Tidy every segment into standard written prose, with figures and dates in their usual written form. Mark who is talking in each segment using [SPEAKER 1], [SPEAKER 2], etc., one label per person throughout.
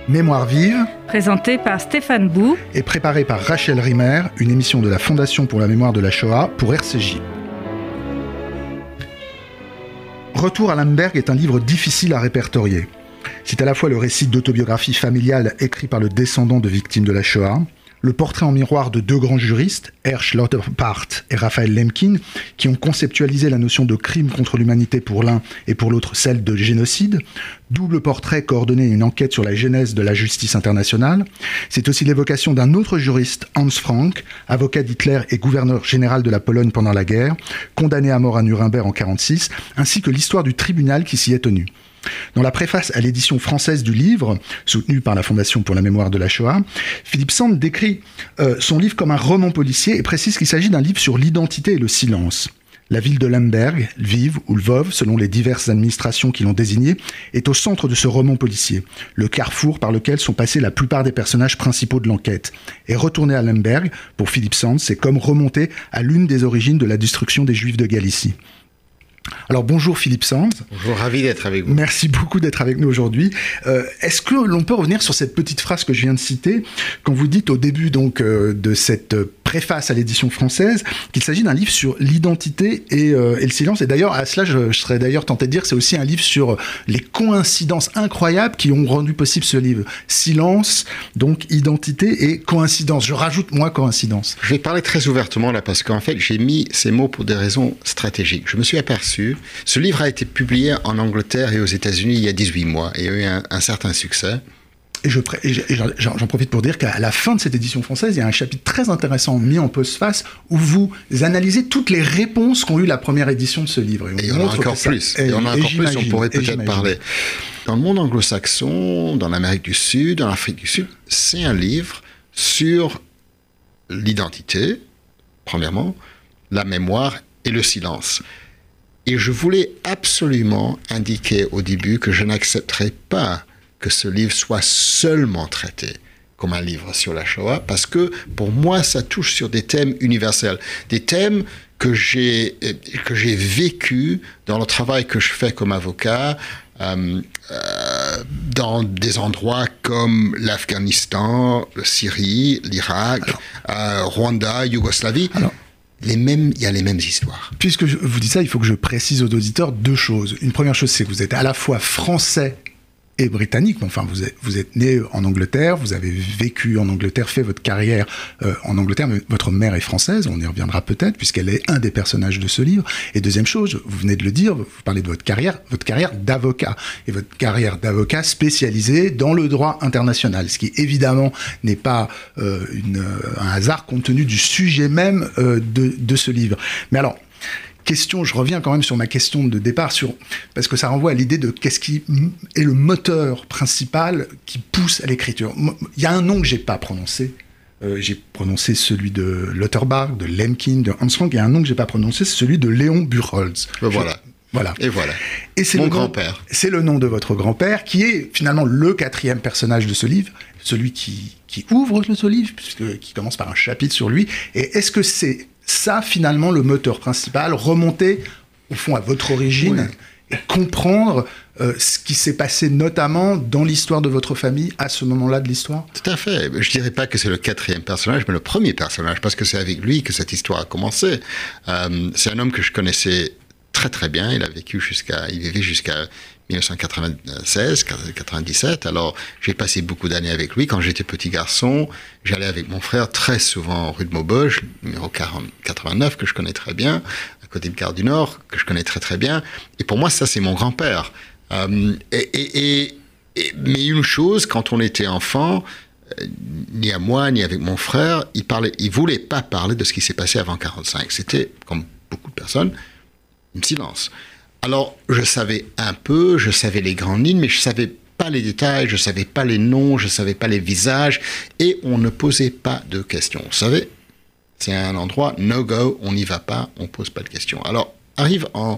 [SPEAKER 1] Mémoire vive,
[SPEAKER 2] présenté par Stéphane Bou
[SPEAKER 1] et préparée par Rachel Rimmer, une émission de la Fondation pour la mémoire de la Shoah pour RCJ. Retour à Lemberg est un livre difficile à répertorier. C'est à la fois le récit d'autobiographie familiale écrit par le descendant de victimes de la Shoah, le portrait en miroir de deux grands juristes, Ernst Lauterpacht et Raphaël Lemkin, qui ont conceptualisé la notion de crime contre l'humanité pour l'un et pour l'autre celle de génocide, double portrait coordonné une enquête sur la genèse de la justice internationale. C'est aussi l'évocation d'un autre juriste, Hans Frank, avocat d'Hitler et gouverneur général de la Pologne pendant la guerre, condamné à mort à Nuremberg en 1946, ainsi que l'histoire du tribunal qui s'y est tenu. Dans la préface à l'édition française du livre, soutenue par la Fondation pour la mémoire de la Shoah, Philippe Sand décrit son livre comme un roman policier et précise qu'il s'agit d'un livre sur l'identité et le silence. La ville de Lemberg, Lviv ou Lvov, selon les diverses administrations qui l'ont désignée, est au centre de ce roman policier, le carrefour par lequel sont passés la plupart des personnages principaux de l'enquête. Et retourner à Lemberg, pour Philippe Sand, c'est comme remonter à l'une des origines de la destruction des Juifs de Galicie. Alors bonjour Philippe Sand.
[SPEAKER 3] Bonjour, ravi d'être avec vous.
[SPEAKER 1] Merci beaucoup d'être avec nous aujourd'hui. Est-ce que l'on peut revenir sur cette petite phrase que je viens de citer, quand vous dites au début donc de cette préface à l'édition française qu'il s'agit d'un livre sur l'identité et le silence. Et d'ailleurs, à cela, je serais d'ailleurs tenté de dire que c'est aussi un livre sur les coïncidences incroyables qui ont rendu possible ce livre. Silence, donc identité et coïncidence. Je rajoute moi coïncidence.
[SPEAKER 3] Je vais parler très ouvertement là parce qu'en fait, j'ai mis ces mots pour des raisons stratégiques. Je me suis aperçu, ce livre a été publié en Angleterre et aux États-Unis il y a 18 mois et il y a eu un certain succès.
[SPEAKER 1] Et j'en profite pour dire qu'à la fin de cette édition française, il y a un chapitre très intéressant mis en postface où vous analysez toutes les réponses qu'ont eu la première édition de ce livre.
[SPEAKER 3] Et on en a encore plus. Et on a encore plus, on pourrait peut-être parler. Dans le monde anglo-saxon, dans l'Amérique du Sud, dans l'Afrique du Sud, c'est un livre sur l'identité, premièrement, la mémoire et le silence. Et je voulais absolument indiquer au début que je n'accepterais pas que ce livre soit seulement traité comme un livre sur la Shoah, parce que pour moi, ça touche sur des thèmes universels, des thèmes que j'ai vécu dans le travail que je fais comme avocat, dans des endroits comme l'Afghanistan, la Syrie, l'Irak, Rwanda, Yougoslavie. Il y a les mêmes histoires.
[SPEAKER 1] Puisque je vous dis ça, il faut que je précise aux auditeurs deux choses. Une première chose, c'est que vous êtes à la fois français et britannique, enfin vous êtes né en Angleterre, vous avez vécu en Angleterre, fait votre carrière en Angleterre, mais votre mère est française, on y reviendra peut-être, puisqu'elle est un des personnages de ce livre. Et deuxième chose, vous venez de le dire, vous parlez de votre carrière d'avocat, et votre carrière d'avocat spécialisée dans le droit international, ce qui évidemment n'est pas un hasard compte tenu du sujet même de ce livre. Mais alors, je reviens quand même sur ma question de départ, parce que ça renvoie à l'idée de qu'est-ce qui est le moteur principal qui pousse à l'écriture. Il y a un nom que j'ai pas prononcé. J'ai prononcé celui de Lauterbach, de Lemkin, de Hans Frank. Il y a un nom que j'ai pas prononcé, c'est celui de Léon Buchholz.
[SPEAKER 3] Voilà. Et voilà.
[SPEAKER 1] Et c'est mon grand-père. C'est le nom de votre grand-père, qui est finalement le quatrième personnage de ce livre, celui qui ouvre ce livre, qui commence par un chapitre sur lui. Et est-ce que c'est ça, finalement, le moteur principal, remonter, au fond, à votre origine, et comprendre ce qui s'est passé, notamment, dans l'histoire de votre famille, à ce moment-là de l'histoire?
[SPEAKER 3] Tout à fait. Je ne dirais pas que c'est le quatrième personnage, mais le premier personnage, parce que c'est avec lui que cette histoire a commencé. C'est un homme que je connaissais très, très bien. Il vivait jusqu'à 1996-97. Alors, j'ai passé beaucoup d'années avec lui. Quand j'étais petit garçon, j'allais avec mon frère très souvent rue de Maubeuge, numéro 89, que je connais très bien, à côté de Gare du Nord, que je connais très très bien. Et pour moi, ça, c'est mon grand-père. Mais une chose, quand on était enfant, ni à moi, ni avec mon frère, il voulait pas parler de ce qui s'est passé avant 1945. C'était, comme beaucoup de personnes, un silence. Alors, je savais un peu, je savais les grandes lignes, mais je ne savais pas les détails, je ne savais pas les noms, je ne savais pas les visages, et on ne posait pas de questions. Vous savez, c'est un endroit no-go, on n'y va pas, on ne pose pas de questions. Alors, arrive ma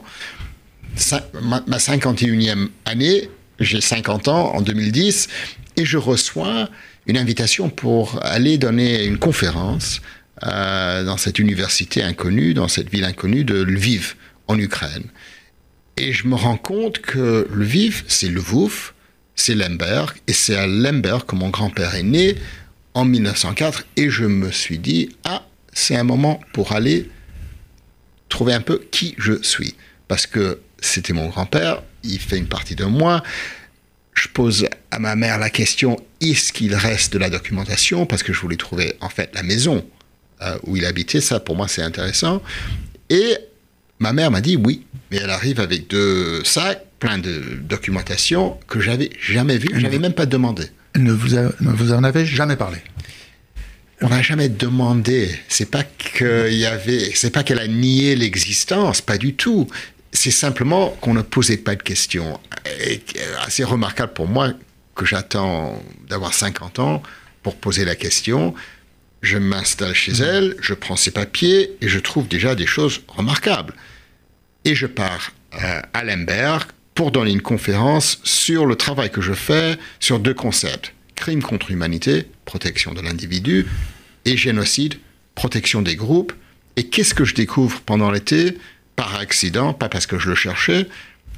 [SPEAKER 3] 51e année, j'ai 50 ans, en 2010, et je reçois une invitation pour aller donner une conférence dans cette université inconnue, dans cette ville inconnue de Lviv, en Ukraine. Et je me rends compte que Lviv, c'est Lvov, c'est Lemberg, et c'est à Lemberg que mon grand-père est né en 1904, et je me suis dit, c'est un moment pour aller trouver un peu qui je suis. Parce que c'était mon grand-père, il fait une partie de moi. Je pose à ma mère la question, est-ce qu'il reste de la documentation? Parce que je voulais trouver en fait la maison où il habitait, ça pour moi c'est intéressant. Et ma mère m'a dit oui, mais elle arrive avec 2 sacs pleins de documentation que j'avais jamais vu, j'avais même pas demandé.
[SPEAKER 1] Vous en avez jamais parlé?
[SPEAKER 3] On n'a jamais demandé. C'est pas qu'elle a nié l'existence, pas du tout. C'est simplement qu'on ne posait pas de questions. Et assez remarquable pour moi que j'attends d'avoir 50 ans pour poser la question. Je m'installe chez elle, je prends ses papiers et je trouve déjà des choses remarquables. Et je pars à Lemberg pour donner une conférence sur le travail que je fais sur 2 concepts. Crime contre l'humanité, protection de l'individu, et génocide, protection des groupes. Et qu'est-ce que je découvre pendant l'été, par accident, pas parce que je le cherchais,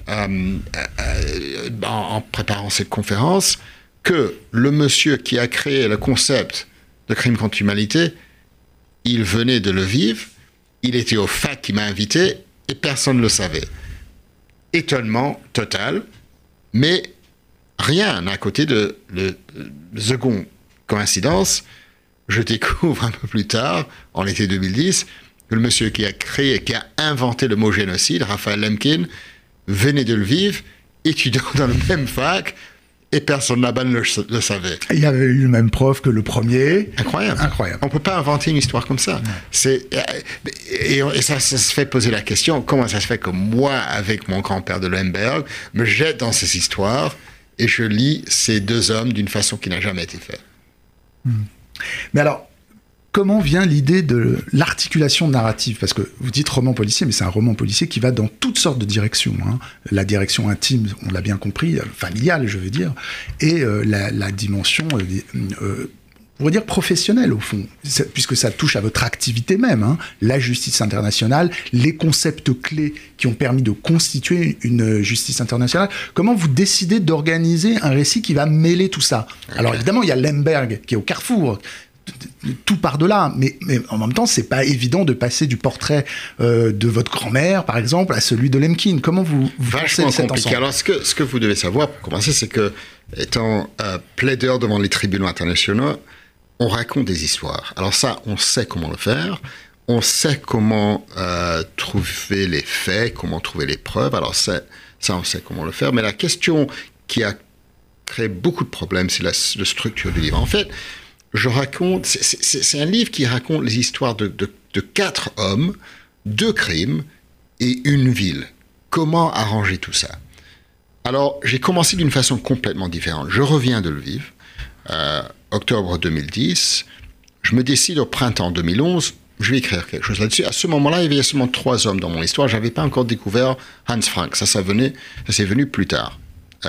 [SPEAKER 3] en préparant cette conférence, que le monsieur qui a créé le concept de crime contre l'humanité, il venait de le vivre, il était au fac qui m'a invité, et personne ne le savait. Étonnement total, mais rien à côté de la seconde coïncidence. Je découvre un peu plus tard, en l'été 2010, que le monsieur qui a créé, qui a inventé le mot génocide, Raphaël Lemkin, venait de le vivre, étudiant dans le même fac, et personne là-bas ne le savait.
[SPEAKER 1] Il y avait eu le même prof que le premier.
[SPEAKER 3] Incroyable. On ne peut pas inventer une histoire comme ça. Et ça se fait poser la question, comment ça se fait que moi, avec mon grand-père de Lemberg, me jette dans ces histoires et je lis ces 2 hommes d'une façon qui n'a jamais été faite.
[SPEAKER 1] Mais alors, comment vient l'idée de l'articulation narrative? Parce que vous dites roman policier, mais c'est un roman policier qui va dans toutes sortes de directions. La direction intime, on l'a bien compris, familiale, je veux dire, et la dimension, on va dire professionnelle, au fond, puisque ça touche à votre activité même, la justice internationale, les concepts clés qui ont permis de constituer une justice internationale. Comment vous décidez d'organiser un récit qui va mêler tout ça? Okay. Alors évidemment, il y a Lemberg qui est au carrefour, tout par-delà, mais en même temps, c'est pas évident de passer du portrait de votre grand-mère, par exemple, à celui de Lemkin. Comment vous
[SPEAKER 3] pensez cet ensemble? Alors, ce que vous devez savoir, pour commencer, c'est que, étant plaideur devant les tribunaux internationaux, on raconte des histoires. Alors ça, on sait comment le faire, on sait comment trouver les faits, comment trouver les preuves, alors ça, on sait comment le faire, mais la question qui a créé beaucoup de problèmes, c'est la structure du livre. En fait, c'est un livre qui raconte les histoires de 4 hommes, 2 crimes et une ville. Comment arranger tout ça? Alors, j'ai commencé d'une façon complètement différente. Je reviens de Lviv, octobre 2010. Je me décide au printemps 2011, je vais écrire quelque chose là-dessus. À ce moment-là, il y avait seulement 3 hommes dans mon histoire. Je n'avais pas encore découvert Hans Frank. Ça s'est venu plus tard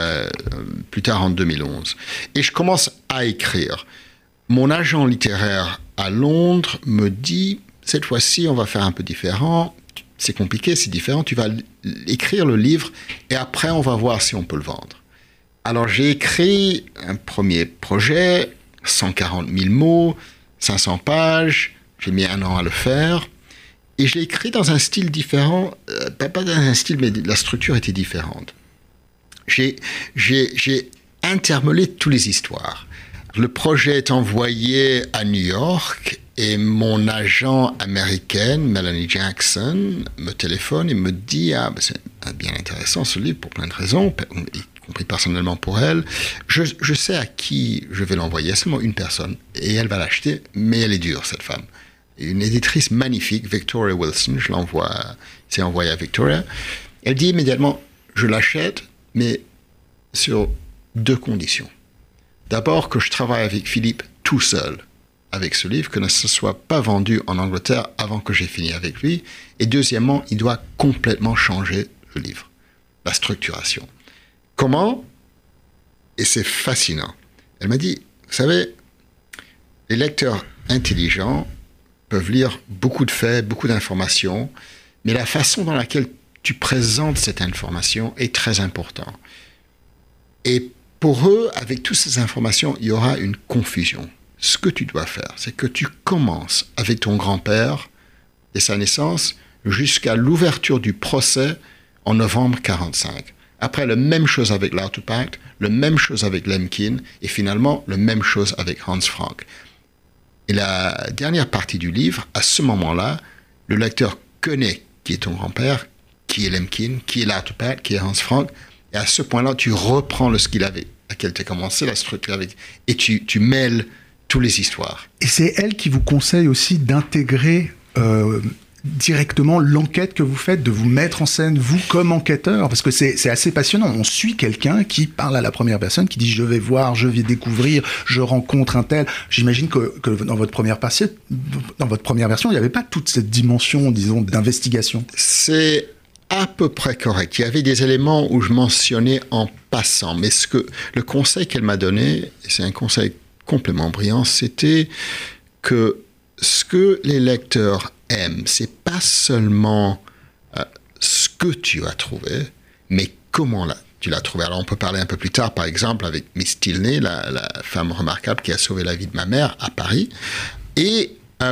[SPEAKER 3] en 2011. Et je commence à écrire. Mon agent littéraire à Londres me dit, cette fois-ci, on va faire un peu différent. C'est compliqué, c'est différent. Tu vas écrire le livre et après, on va voir si on peut le vendre. Alors, j'ai écrit un premier projet, 140 000 mots, 500 pages. J'ai mis 1 an à le faire. Et je l'ai écrit dans un style différent. Pas dans un style, mais la structure était différente. J'ai intermêlé toutes les histoires. Le projet est envoyé à New York et mon agent américaine, Melanie Jackson, me téléphone et me dit « c'est bien intéressant ce livre pour plein de raisons, y compris personnellement pour elle. Je sais à qui je vais l'envoyer, seulement une personne, et elle va l'acheter, mais elle est dure, cette femme. » Une éditrice magnifique, Victoria Wilson, c'est envoyé à Victoria. Elle dit immédiatement « je l'achète, mais sur 2 conditions. » D'abord, que je travaille avec Philippe tout seul avec ce livre, que ne se soit pas vendu en Angleterre avant que j'ai fini avec lui. Et deuxièmement, il doit complètement changer le livre, la structuration. Comment? Et c'est fascinant. Elle m'a dit, vous savez, les lecteurs intelligents peuvent lire beaucoup de faits, beaucoup d'informations, mais la façon dans laquelle tu présentes cette information est très importante. Et pour eux, avec toutes ces informations, il y aura une confusion. Ce que tu dois faire, c'est que tu commences avec ton grand-père et sa naissance jusqu'à l'ouverture du procès en novembre 1945. Après, la même chose avec l'Artepact, la même chose avec Lemkin, et finalement, la même chose avec Hans Frank. Et la dernière partie du livre, à ce moment-là, le lecteur connaît qui est ton grand-père, qui est Lemkin, qui est l'Artepact, qui est Hans Frank, et à ce point-là, tu reprends le skill avec laquelle tu as commencé, la structure avec, et tu mêles toutes les histoires.
[SPEAKER 1] Et c'est elle qui vous conseille aussi d'intégrer directement l'enquête que vous faites, de vous mettre en scène, vous, comme enquêteur, parce que c'est assez passionnant. On suit quelqu'un qui parle à la première personne, qui dit « je vais voir, je vais découvrir, je rencontre un tel ». J'imagine que dans votre première version, il n'y avait pas toute cette dimension, disons, d'investigation.
[SPEAKER 3] C'est à peu près correct. Il y avait des éléments où je mentionnais en passant, mais le conseil qu'elle m'a donné, et c'est un conseil complètement brillant, c'était que ce que les lecteurs aiment, c'est pas seulement ce que tu as trouvé, mais comment tu l'as trouvé. Alors on peut parler un peu plus tard, par exemple, avec Miss Tilney, la femme remarquable qui a sauvé la vie de ma mère à Paris, et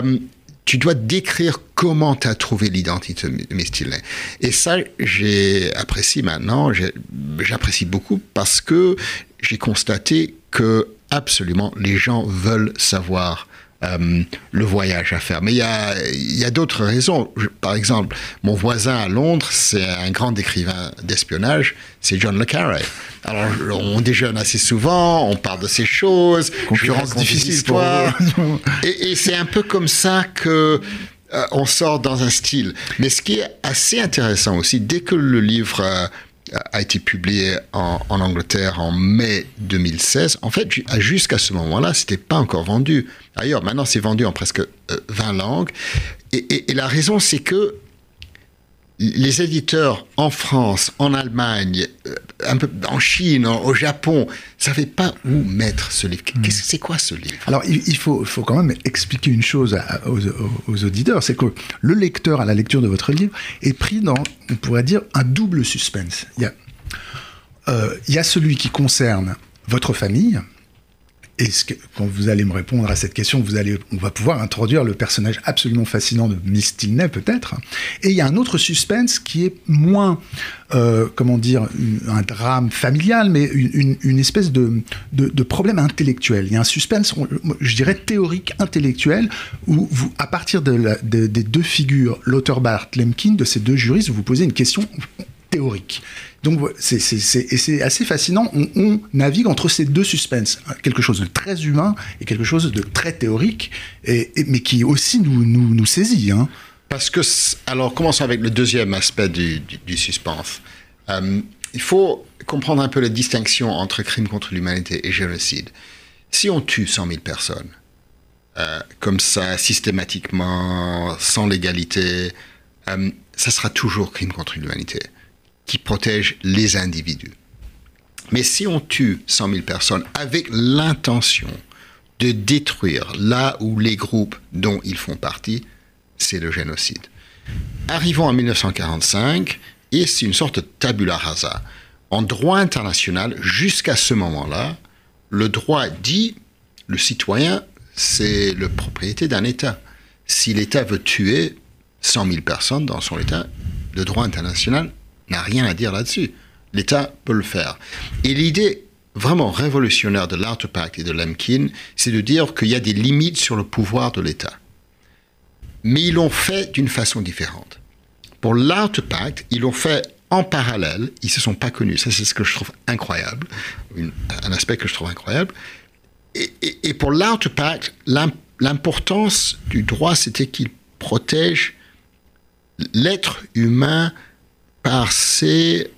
[SPEAKER 3] tu dois décrire comment tu as trouvé l'identité de Miss Tilney. Et ça, j'apprécie maintenant, j'apprécie beaucoup parce que j'ai constaté que absolument les gens veulent savoir le voyage à faire. Mais il y a d'autres raisons. Par exemple, mon voisin à Londres, c'est un grand écrivain d'espionnage, c'est John le Carré. Alors, on déjeune assez souvent, on parle de ces choses.
[SPEAKER 1] Concurrence difficile pour
[SPEAKER 3] vous. Et c'est un peu comme ça que on sort dans un style. Mais ce qui est assez intéressant aussi, dès que le livre a été publié en Angleterre en mai 2016. En fait, jusqu'à ce moment-là, c'était pas encore vendu. D'ailleurs, maintenant, c'est vendu en presque 20 langues. Et la raison, c'est que les éditeurs en France, en Allemagne, un peu en Chine, au Japon, ne savaient pas où mettre ce livre. C'est quoi ce livre?
[SPEAKER 1] Alors, il faut quand même expliquer une chose aux auditeurs, c'est que le lecteur, à la lecture de votre livre, est pris dans, on pourrait dire, un double suspense. Il y a celui qui concerne votre famille. Et quand vous allez me répondre à cette question, on va pouvoir introduire le personnage absolument fascinant de Miss Tilney, peut-être. Et il y a un autre suspense qui est moins, un drame familial, mais une espèce de problème intellectuel. Il y a un suspense, je dirais, théorique, intellectuel, où vous, à partir des deux figures, Lauterbach, Lemkin, de ces deux juristes, vous vous posez une question théorique. Donc c'est assez fascinant, on navigue entre ces deux suspens, quelque chose de très humain et quelque chose de très théorique, mais qui aussi nous saisit. Hein.
[SPEAKER 3] Parce que, alors commençons avec le deuxième aspect du suspense. Il faut comprendre un peu la distinction entre crime contre l'humanité et génocide. Si on tue 100 000 personnes, comme ça, systématiquement, sans légalité, ça sera toujours crime contre l'humanité, qui protège les individus. Mais si on tue 100 000 personnes avec l'intention de détruire là où les groupes dont ils font partie, c'est le génocide. Arrivons en 1945, et c'est une sorte de tabula rasa. En droit international, jusqu'à ce moment-là, le droit dit, le citoyen, c'est la propriété d'un État. Si l'État veut tuer 100 000 personnes dans son État, le droit international n'a rien à dire là-dessus. L'État peut le faire. Et l'idée vraiment révolutionnaire de l'Artepact et de Lemkin, c'est de dire qu'il y a des limites sur le pouvoir de l'État. Mais ils l'ont fait d'une façon différente. Pour l'Artepact, ils l'ont fait en parallèle, ils ne se sont pas connus. Ça, c'est ce que je trouve incroyable, un aspect que je trouve incroyable. Et pour l'Artepact, l'importance du droit, c'était qu'il protège l'être humain par ses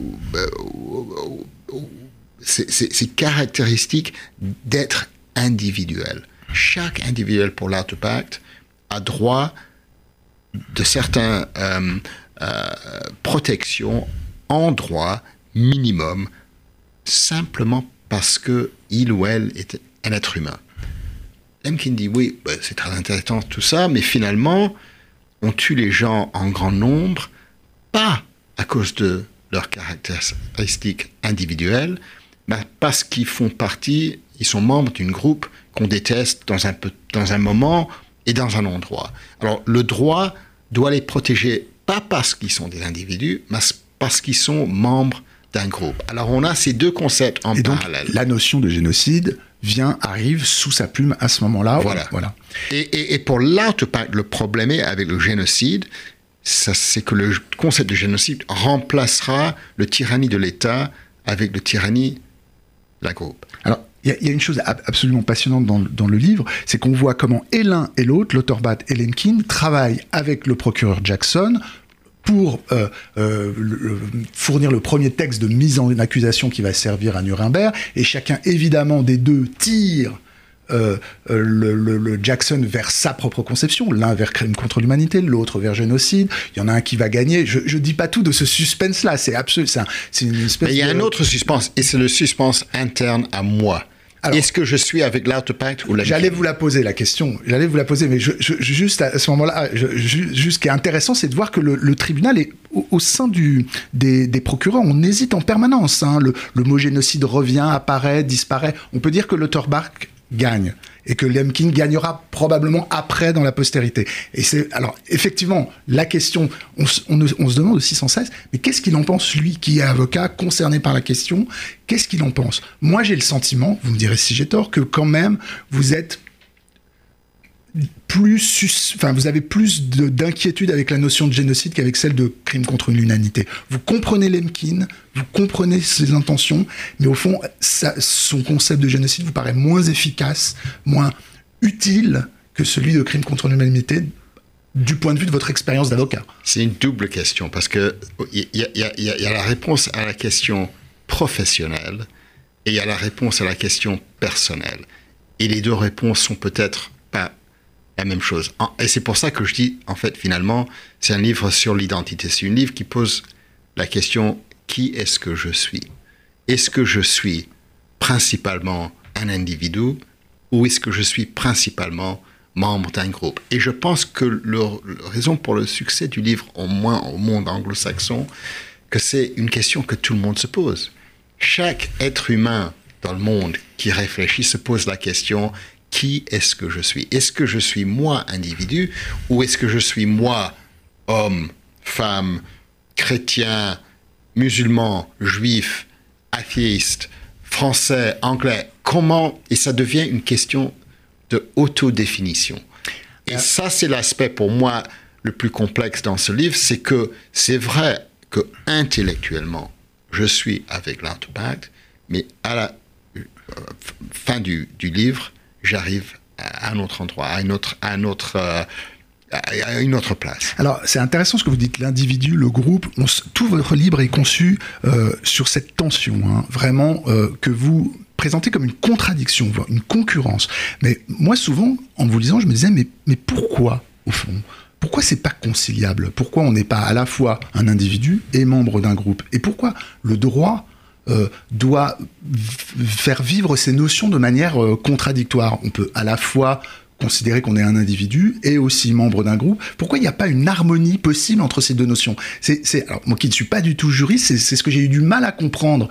[SPEAKER 3] caractéristiques d'être individuel. Chaque individuel pour l'Artepact a droit de certaines protections en droit minimum, simplement parce qu'il ou elle est un être humain. Lemkin dit oui, c'est très intéressant tout ça, mais finalement, on tue les gens en grand nombre, pas à cause de leurs caractéristiques individuelles, parce qu'ils font partie, ils sont membres d'un groupe qu'on déteste dans un moment et dans un endroit. Alors, le droit doit les protéger, pas parce qu'ils sont des individus, mais parce qu'ils sont membres d'un groupe. Alors, on a ces deux concepts en parallèle.
[SPEAKER 1] Donc, la notion de génocide arrive sous sa plume à ce moment-là.
[SPEAKER 3] Voilà. Et pour l'Art-Pacte, le problème avec le génocide, c'est que le concept de génocide remplacera le tyrannie de l'État avec le tyrannie de la groupe.
[SPEAKER 1] Alors, il y a une chose absolument passionnante dans le livre, c'est qu'on voit comment et l'un et l'autre, Lauterbach et Lemkin, travaillent avec le procureur Jackson pour fournir le premier texte de mise en accusation qui va servir à Nuremberg, et chacun, évidemment, des deux tire le Jackson vers sa propre conception, l'un vers crime contre l'humanité, l'autre vers génocide. Il y en a un qui va gagner. Je dis pas tout de ce suspense-là, c'est absolu, c'est une espèce.
[SPEAKER 3] Mais il y a un autre suspense, et c'est le suspense interne à moi. Alors, est-ce que je suis avec l'Art-Pacte ou la...
[SPEAKER 1] J'allais vous la poser, la question. Mais juste à ce moment-là, ce qui est intéressant, c'est de voir que le tribunal est au sein des procureurs. On hésite en permanence. Hein. Le mot génocide revient, apparaît, disparaît. On peut dire que Lauterbach gagne et que Lemkin gagnera probablement après dans la postérité. Et alors effectivement la question, on se demande aussi sans cesse, mais qu'est-ce qu'il en pense, lui qui est avocat concerné par la question? Qu'est-ce qu'il en pense? Moi j'ai le sentiment, vous me direz si j'ai tort, que quand même vous êtes vous avez plus d'inquiétude avec la notion de génocide qu'avec celle de crime contre l'humanité. Vous comprenez Lemkin, vous comprenez ses intentions, mais au fond, son concept de génocide vous paraît moins efficace, moins utile que celui de crime contre l'humanité du point de vue de votre expérience d'avocat.
[SPEAKER 3] C'est une double question, parce qu'il y a la réponse à la question professionnelle et il y a la réponse à la question personnelle. Et les deux réponses sont peut-être pas la même chose. Et c'est pour ça que je dis, en fait, finalement, c'est un livre sur l'identité. C'est un livre qui pose la question, qui est-ce que je suis? Est-ce que je suis principalement un individu ou est-ce que je suis principalement membre d'un groupe? Et je pense que la raison pour le succès du livre, au moins au monde anglo-saxon, que c'est une question que tout le monde se pose. Chaque être humain dans le monde qui réfléchit se pose la question, qui est-ce que je suis? Est-ce que je suis moi, individu, ou est-ce que je suis moi, homme, femme, chrétien, musulman, juif, athéiste, français, anglais? Comment? Et ça devient une question de autodéfinition. Et ça, c'est l'aspect pour moi le plus complexe dans ce livre, c'est que c'est vrai que intellectuellement, je suis avec l'Art-Pacte, mais à la fin du livre, j'arrive à un autre endroit, à une autre place.
[SPEAKER 1] Alors, c'est intéressant ce que vous dites, l'individu, le groupe, tout votre livre est conçu sur cette tension, hein, vraiment, que vous présentez comme une contradiction, une concurrence. Mais moi, souvent, en vous lisant, je me disais, mais pourquoi, au fond? Pourquoi c'est pas conciliable? Pourquoi on n'est pas à la fois un individu et membre d'un groupe? Et pourquoi le droit doit faire vivre ces notions de manière contradictoire? On peut à la fois considérer qu'on est un individu et aussi membre d'un groupe. Pourquoi il n'y a pas une harmonie possible entre ces deux notions? Alors, moi qui ne suis pas du tout juriste, c'est ce que j'ai eu du mal à comprendre,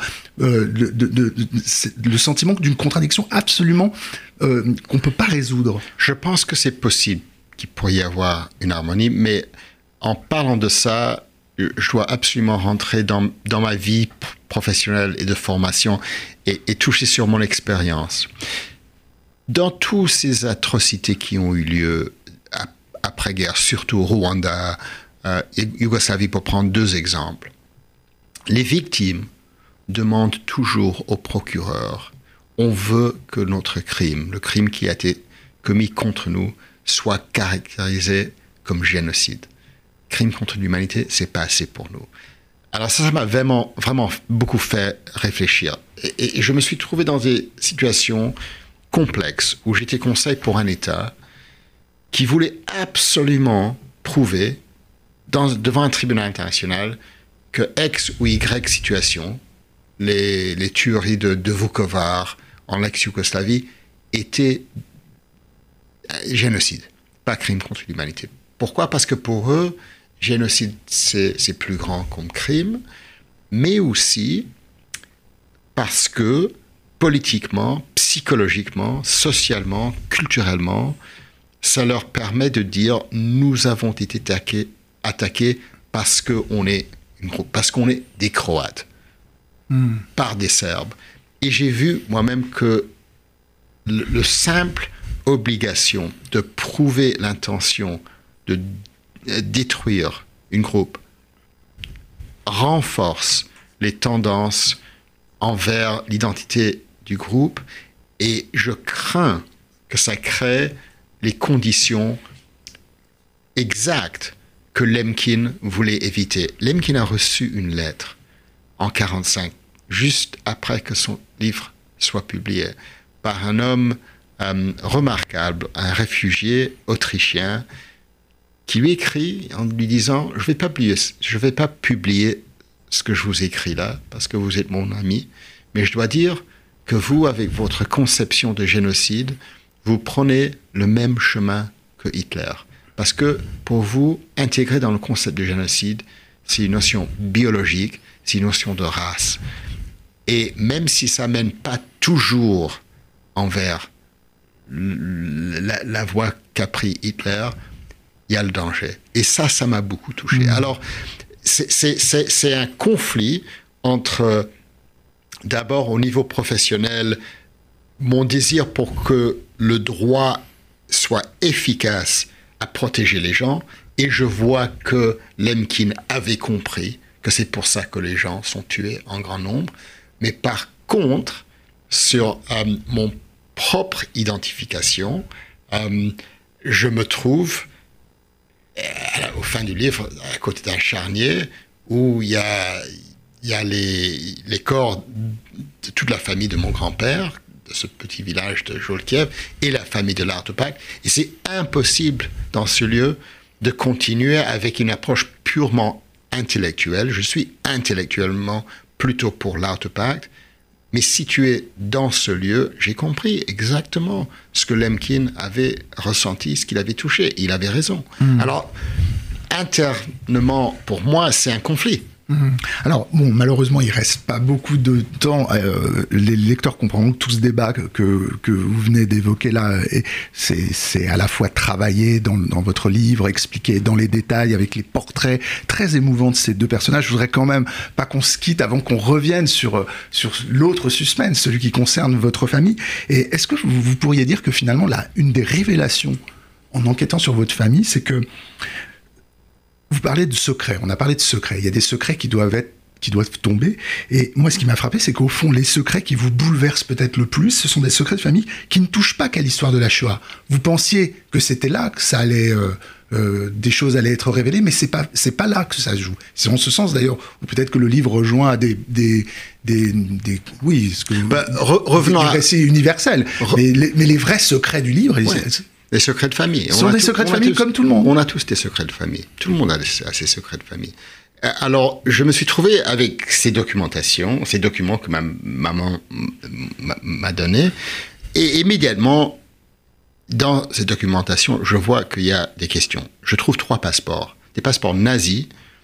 [SPEAKER 1] le sentiment d'une contradiction absolument qu'on ne peut pas résoudre.
[SPEAKER 3] Je pense que c'est possible qu'il pourrait y avoir une harmonie, mais en parlant de ça, je dois absolument rentrer dans ma vie professionnelle et de formation et toucher sur mon expérience. Dans toutes ces atrocités qui ont eu lieu après-guerre, surtout au Rwanda, Yougoslavie, pour prendre deux exemples, les victimes demandent toujours au procureur, on veut que notre crime, le crime qui a été commis contre nous, soit caractérisé comme génocide. Crime contre l'humanité, c'est pas assez pour nous. Alors ça m'a vraiment beaucoup fait réfléchir. Et je me suis trouvé dans des situations complexes où j'étais conseil pour un État qui voulait absolument prouver devant un tribunal international que X ou Y situation, les tueries de Vukovar en ex-Yougoslavie, étaient génocide, pas crime contre l'humanité. Pourquoi? Parce que pour eux, génocide, c'est plus grand comme crime, mais aussi, parce que politiquement, psychologiquement, socialement, culturellement, ça leur permet de dire nous avons été attaqués parce qu'on est une groupe, parce qu'on est des Croates, par des Serbes. Et j'ai vu moi-même que le simple obligation de prouver l'intention de détruire une groupe renforce les tendances envers l'identité du groupe, et je crains que ça crée les conditions exactes que Lemkin voulait éviter. Lemkin a reçu une lettre en 1945, juste après que son livre soit publié, par un homme remarquable, un réfugié autrichien, qui lui écrit en lui disant « Je ne vais pas publier ce que je vous écris là, parce que vous êtes mon ami, mais je dois dire que vous, avec votre conception de génocide, vous prenez le même chemin que Hitler. Parce que pour vous, intégrer dans le concept de génocide, c'est une notion biologique, c'est une notion de race. Et même si ça ne mène pas toujours envers la voie qu'a pris Hitler, il y a le danger. Et ça m'a beaucoup touché. Alors, c'est un conflit entre, d'abord au niveau professionnel, mon désir pour que le droit soit efficace à protéger les gens, et je vois que Lemkin avait compris que c'est pour ça que les gens sont tués en grand nombre. Mais par contre, sur mon propre identification, je me trouve au fin du livre à côté d'un charnier où il y a les corps de toute la famille de mon grand-père, de ce petit village de Jolkiev, et la famille de l'Art-Pact. Et c'est impossible dans ce lieu de continuer avec une approche purement intellectuelle. Je suis intellectuellement plutôt pour l'Art-Pact, mais situé dans ce lieu, j'ai compris exactement ce que Lemkin avait ressenti, ce qu'il avait touché. Il avait raison. Alors, internement, pour moi, c'est un conflit.
[SPEAKER 1] Alors, bon, malheureusement, il reste pas beaucoup de temps. Les lecteurs comprendront que tout ce débat que vous venez d'évoquer là, c'est à la fois travaillé dans votre livre, expliqué dans les détails avec les portraits très émouvants de ces deux personnages. Je voudrais quand même pas qu'on se quitte avant qu'on revienne sur l'autre suspense, celui qui concerne votre famille. Et est-ce que vous pourriez dire que finalement, une des révélations en enquêtant sur votre famille, c'est que vous parlez de secrets, on a parlé de secrets. Il y a des secrets qui doivent tomber. Et moi, ce qui m'a frappé, c'est qu'au fond, les secrets qui vous bouleversent peut-être le plus, ce sont des secrets de famille qui ne touchent pas qu'à l'histoire de la Shoah. Vous pensiez que c'était là que ça allait, des choses allaient être révélées, mais c'est pas là que ça se joue. C'est en ce sens d'ailleurs, ou peut-être que le livre rejoint à des revenons à récits universels. Mais les vrais secrets du livre.
[SPEAKER 3] Ouais. Les secrets de famille.
[SPEAKER 1] Ce sont des secrets de famille comme tout le monde.
[SPEAKER 3] On a tous des secrets de famille. Tout le monde a ses secrets de famille. Alors, je me suis trouvé avec ces documents que ma maman m'a donnés. Et immédiatement, dans ces documentations, je vois qu'il y a des questions. Je trouve 3 passeports. Des passeports nazis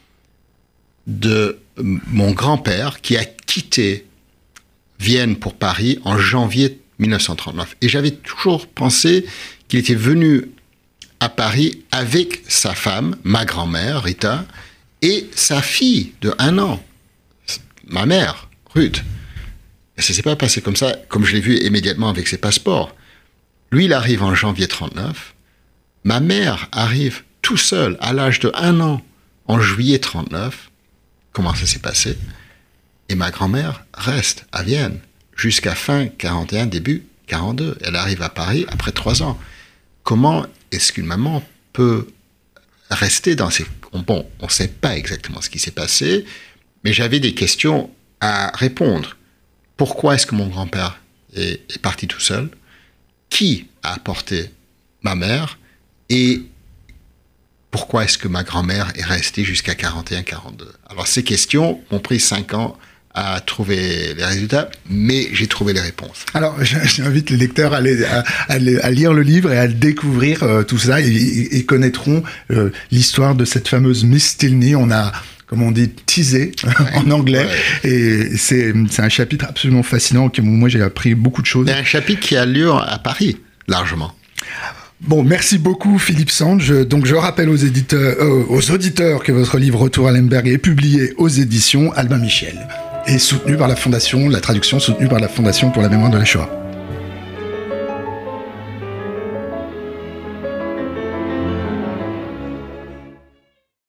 [SPEAKER 3] de mon grand-père qui a quitté Vienne pour Paris en janvier 1939. Et j'avais toujours pensé qu'il était venu à Paris avec sa femme, ma grand-mère, Rita, et sa fille de 1 an, ma mère, Ruth. Et ça ne s'est pas passé comme ça, comme je l'ai vu immédiatement avec ses passeports. Lui, il arrive en janvier 1939. Ma mère arrive tout seul, à l'âge de 1 an, en juillet 1939. Comment ça s'est passé? Et ma grand-mère reste à Vienne jusqu'à fin 1941, début 1942. Elle arrive à Paris après 3 ans. Comment est-ce qu'une maman peut rester dans ces... Bon, on ne sait pas exactement ce qui s'est passé, mais j'avais des questions à répondre. Pourquoi est-ce que mon grand-père est parti tout seul? Qui a apporté ma mère? Et pourquoi est-ce que ma grand-mère est restée jusqu'à 1941-1942? Alors, ces questions m'ont pris 5 ans à trouver les résultats, mais j'ai trouvé les réponses.
[SPEAKER 1] Alors, j'invite les lecteurs à lire le livre et à découvrir tout ça. Ils connaîtront l'histoire de cette fameuse Miss Tilney. On a comme on dit, teasé en anglais.
[SPEAKER 3] Ouais.
[SPEAKER 1] Et c'est un chapitre absolument fascinant que moi j'ai appris beaucoup de choses.
[SPEAKER 3] C'est un chapitre qui a lieu à Paris, largement.
[SPEAKER 1] Bon, merci beaucoup Philippe Sand. Donc je rappelle aux auditeurs que votre livre Retour à Lemberg est publié aux éditions Albin Michel et soutenu par la traduction soutenue par la Fondation pour la mémoire de la Shoah.